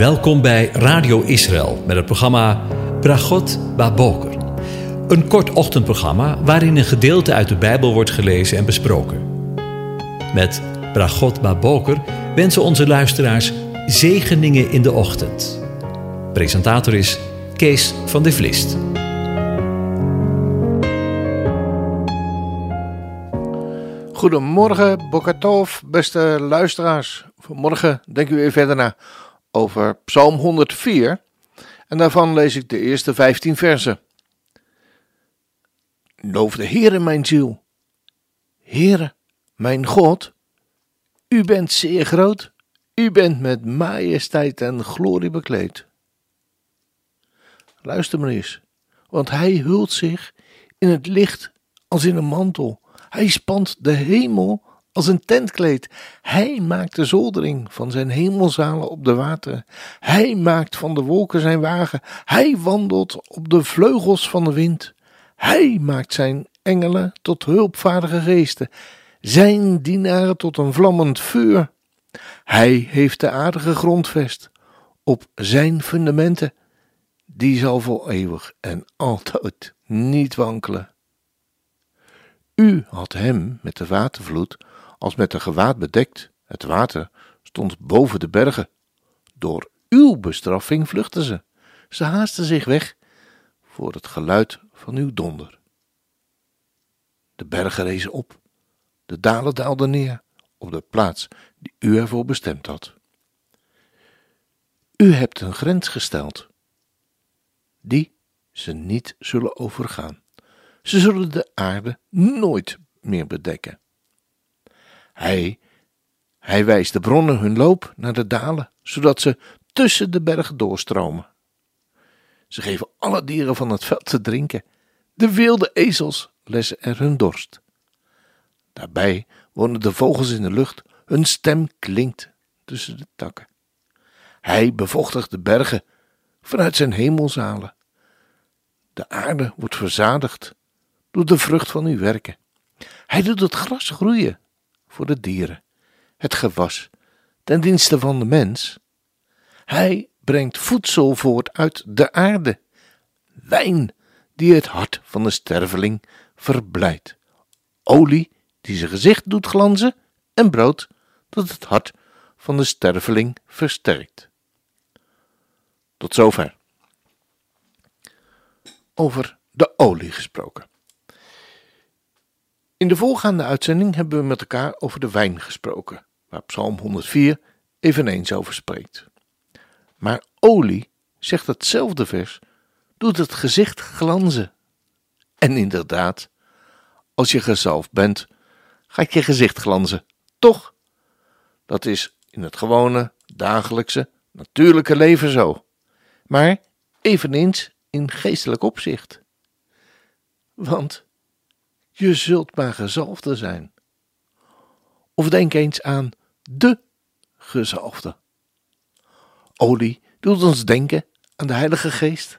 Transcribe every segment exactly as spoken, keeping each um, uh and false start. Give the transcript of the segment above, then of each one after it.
Welkom bij Radio Israël met het programma Bragot Baboker. Een kort ochtendprogramma waarin een gedeelte uit de Bijbel wordt gelezen en besproken. Met Bragot Baboker wensen onze luisteraars zegeningen in de ochtend. Presentator is Kees van de Vlist. Goedemorgen, Boker Tov, beste luisteraars. Vanmorgen denken we weer verder na over Psalm honderdvier. En daarvan lees ik de eerste vijftien versen. Loof de Heere mijn ziel. Heere, mijn God, u bent zeer groot. U bent met majesteit en glorie bekleed. Luister maar eens, want hij hult zich in het licht als in een mantel. Hij spant de hemel als een tentkleed. Hij maakt de zoldering van zijn hemelzalen op de wateren. Hij maakt van de wolken zijn wagen. Hij wandelt op de vleugels van de wind. Hij maakt zijn engelen tot hulpvaardige geesten, zijn dienaren tot een vlammend vuur. Hij heeft de aarde gegrondvest op zijn fundamenten. Die zal voor eeuwig en altijd niet wankelen. U had hem met de watervloed als met een gewaad bedekt. Het water stond boven de bergen. Door uw bestraffing vluchtten ze. Ze haasten zich weg voor het geluid van uw donder. De bergen rezen op. De dalen daalden neer op de plaats die u ervoor bestemd had. U hebt een grens gesteld, die ze niet zullen overgaan. Ze zullen de aarde nooit meer bedekken. Hij, hij wijst de bronnen hun loop naar de dalen, zodat ze tussen de bergen doorstromen. Ze geven alle dieren van het veld te drinken. De wilde ezels lessen er hun dorst. Daarbij wonen de vogels in de lucht, hun stem klinkt tussen de takken. Hij bevochtigt de bergen vanuit zijn hemelzalen. De aarde wordt verzadigd door de vrucht van uw werken. Hij doet het gras groeien voor de dieren, het gewas ten dienste van de mens. Hij brengt voedsel voort uit de aarde, wijn die het hart van de sterveling verblijdt, olie die zijn gezicht doet glanzen en brood dat het hart van de sterveling versterkt. Tot zover. Over de olie gesproken. In de voorgaande uitzending hebben we met elkaar over de wijn gesproken, waar Psalm honderdvier eveneens over spreekt. Maar olie, zegt hetzelfde vers, doet het gezicht glanzen. En inderdaad, als je gezalfd bent, gaat je gezicht glanzen, toch? Dat is in het gewone, dagelijkse, natuurlijke leven zo. Maar eveneens in geestelijk opzicht. Want je zult maar gezalfde zijn. Of denk eens aan de gezalfde. Olie doet ons denken aan de Heilige Geest.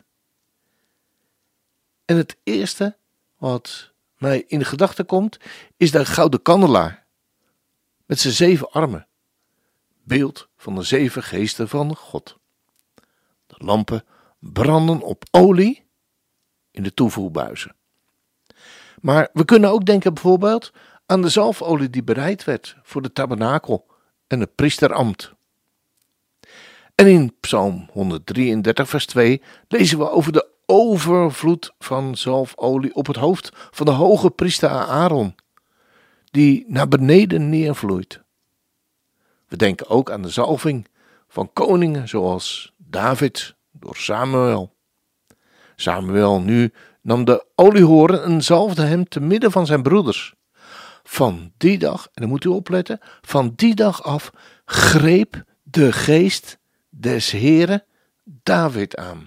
En het eerste wat mij in de gedachten komt, is de gouden kandelaar met zijn zeven armen. Beeld van de zeven geesten van God. De lampen branden op olie in de toevoerbuizen. Maar we kunnen ook denken bijvoorbeeld aan de zalfolie die bereid werd voor de tabernakel en het priesterambt. En in Psalm honderddrieëndertig vers twee lezen we over de overvloed van zalfolie op het hoofd van de hoge priester Aaron, die naar beneden neervloeit. We denken ook aan de zalving van koningen zoals David door Samuel. Samuel nu nam de oliehoorn en zalfde hem te midden van zijn broeders. Van die dag, en dan moet u opletten, van die dag af greep de geest des Heeren David aan.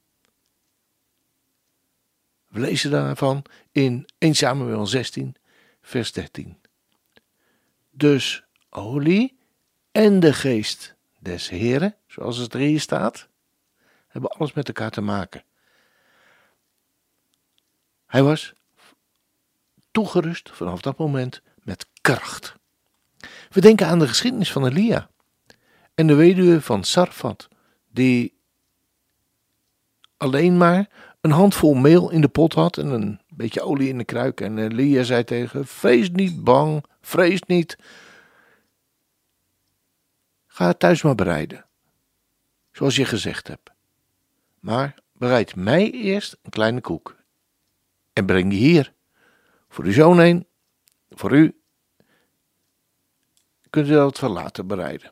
We lezen daarvan in eerste Samuel zestien, vers dertien. Dus olie en de geest des Heeren, zoals het er hier staat, hebben alles met elkaar te maken. Hij was toegerust vanaf dat moment met kracht. We denken aan de geschiedenis van Elia en de weduwe van Sarfat, die alleen maar een handvol meel in de pot had en een beetje olie in de kruik. En Elia zei tegen, wees niet bang, vrees niet. Ga het thuis maar bereiden, zoals je gezegd hebt. Maar bereid mij eerst een kleine koek en breng die hier. Voor uw zoon heen, voor u. Kunt u dat wel later bereiden.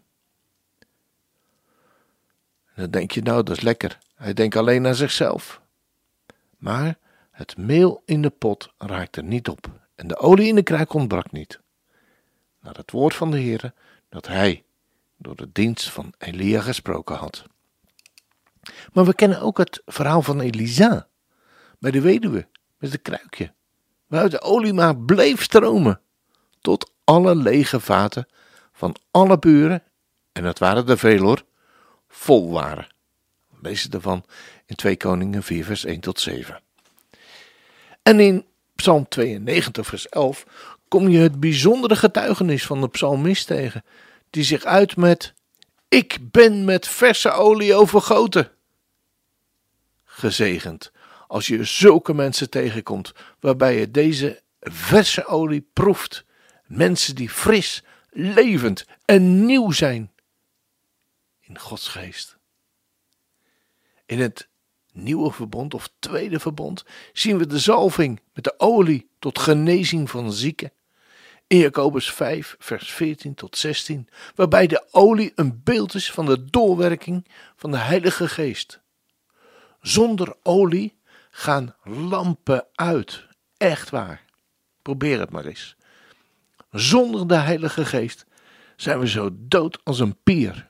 En dan denk je, nou dat is lekker. Hij denkt alleen aan zichzelf. Maar het meel in de pot raakte niet op en de olie in de kruik ontbrak niet. Naar het woord van de Heere dat hij door de dienst van Elia gesproken had. Maar we kennen ook het verhaal van Elisa bij de weduwe met het kruikje, waaruit de olie maar bleef stromen tot alle lege vaten van alle buren, en dat waren er veel hoor, vol waren. We lezen ervan in twee Koningen vier vers één tot zeven. En in Psalm tweeënnegentig vers elf kom je het bijzondere getuigenis van de psalmist tegen, die zich uit met, ik ben met verse olie overgoten. Gezegend als je zulke mensen tegenkomt, waarbij je deze verse olie proeft. Mensen die fris, levend en nieuw zijn in Gods geest. In het nieuwe verbond of tweede verbond zien we de zalving met de olie tot genezing van zieken. In Jacobus vijf vers veertien tot zestien, waarbij de olie een beeld is van de doorwerking van de Heilige Geest. Zonder olie gaan lampen uit, echt waar. Probeer het maar eens. Zonder de Heilige Geest zijn we zo dood als een pier.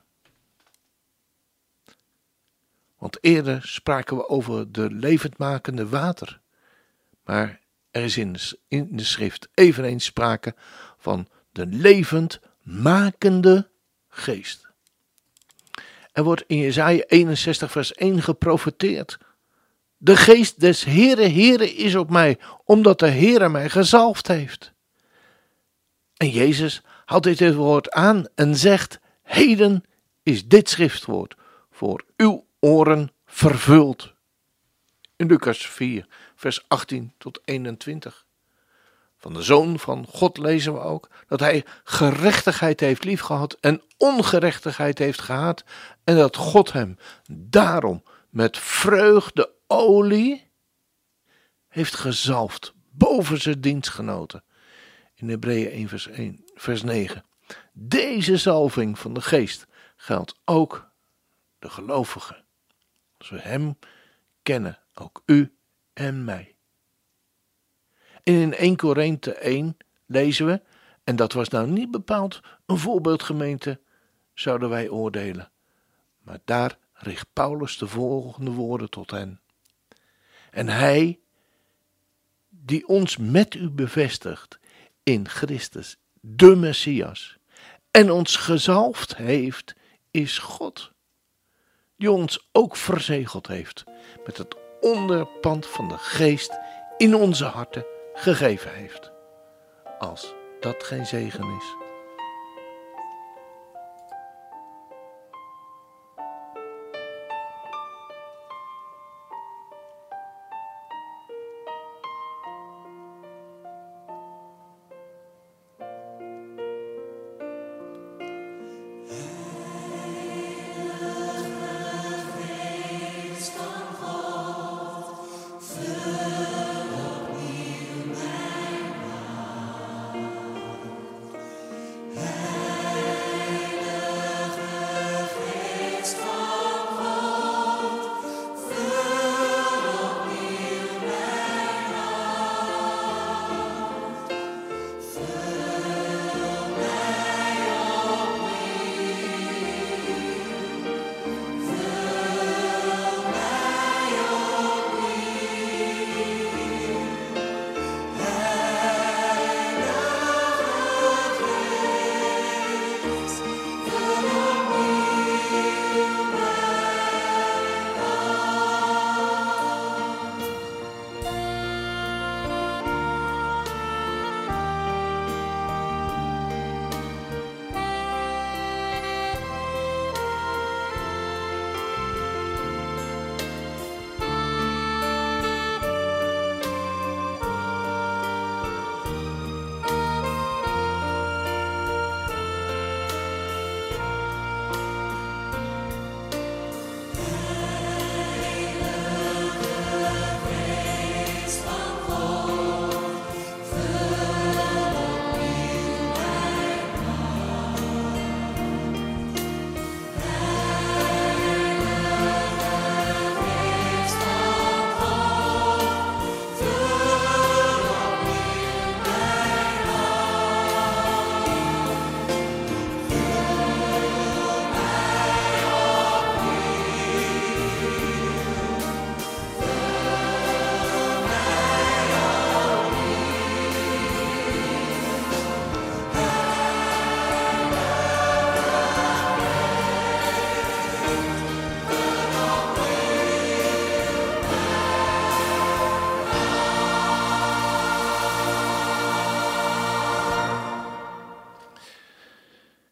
Want eerder spraken we over de levendmakende water. Maar er is in de, in de schrift eveneens sprake van de levendmakende geest. Er wordt in Jesaja eenenzestig vers één geprofeteerd. De geest des Heere, Heere is op mij, omdat de Heere mij gezalfd heeft. En Jezus haalt dit woord aan en zegt, heden is dit schriftwoord voor uw oren vervuld. In Lucas vier, vers achttien tot eenentwintig. Van de Zoon van God lezen we ook dat hij gerechtigheid heeft liefgehad en ongerechtigheid heeft gehaat. En dat God hem daarom met vreugde olie heeft gezalfd boven zijn dienstgenoten. In Hebreeën één vers, één, vers negen. Deze zalving van de geest geldt ook de gelovigen. Als we hem kennen, ook u en mij. En in Eerste Korinthe één lezen we, en dat was nou niet bepaald een voorbeeldgemeente, zouden wij oordelen. Maar daar richt Paulus de volgende woorden tot hen. En hij, die ons met u bevestigt in Christus, de Messias, en ons gezalfd heeft, is God, die ons ook verzegeld heeft met het onderpand van de geest in onze harten gegeven heeft. Als dat geen zegen is.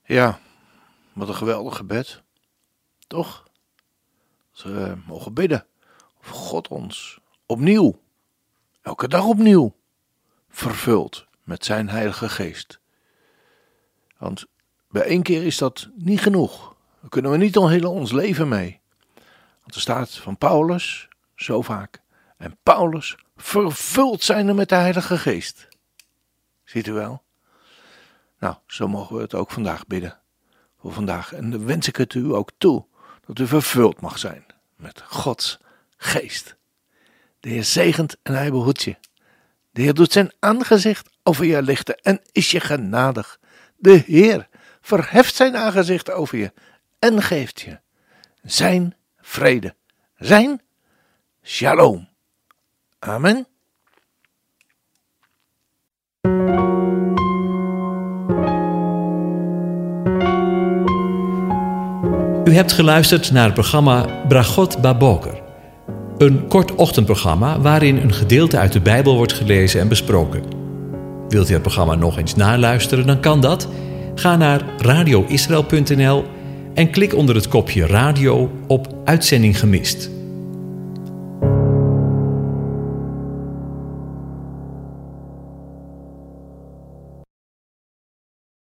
Ja, wat een geweldig gebed. Toch? Als we uh, mogen bidden of God ons opnieuw, elke dag opnieuw, vervult met zijn Heilige Geest. Want bij één keer is dat niet genoeg. Daar kunnen we niet al heel ons leven mee. Want er staat van Paulus zo vaak. En Paulus vervuld zijnde met de Heilige Geest. Ziet u wel? Nou, zo mogen we het ook vandaag bidden. Voor vandaag. En dan wens ik het u ook toe. Dat u vervuld mag zijn met Gods Geest. De Heer zegent en hij behoedt je. De Heer doet zijn aangezicht over je lichten en is je genadig. De Heer verheft zijn aangezicht over je en geeft je zijn vrede. Zijn shalom. Amen. U hebt geluisterd naar het programma Bragot Baboker. Een kort ochtendprogramma waarin een gedeelte uit de Bijbel wordt gelezen en besproken. Wilt u het programma nog eens naluisteren, dan kan dat. Ga naar radio israël punt n l en klik onder het kopje radio op Uitzending gemist.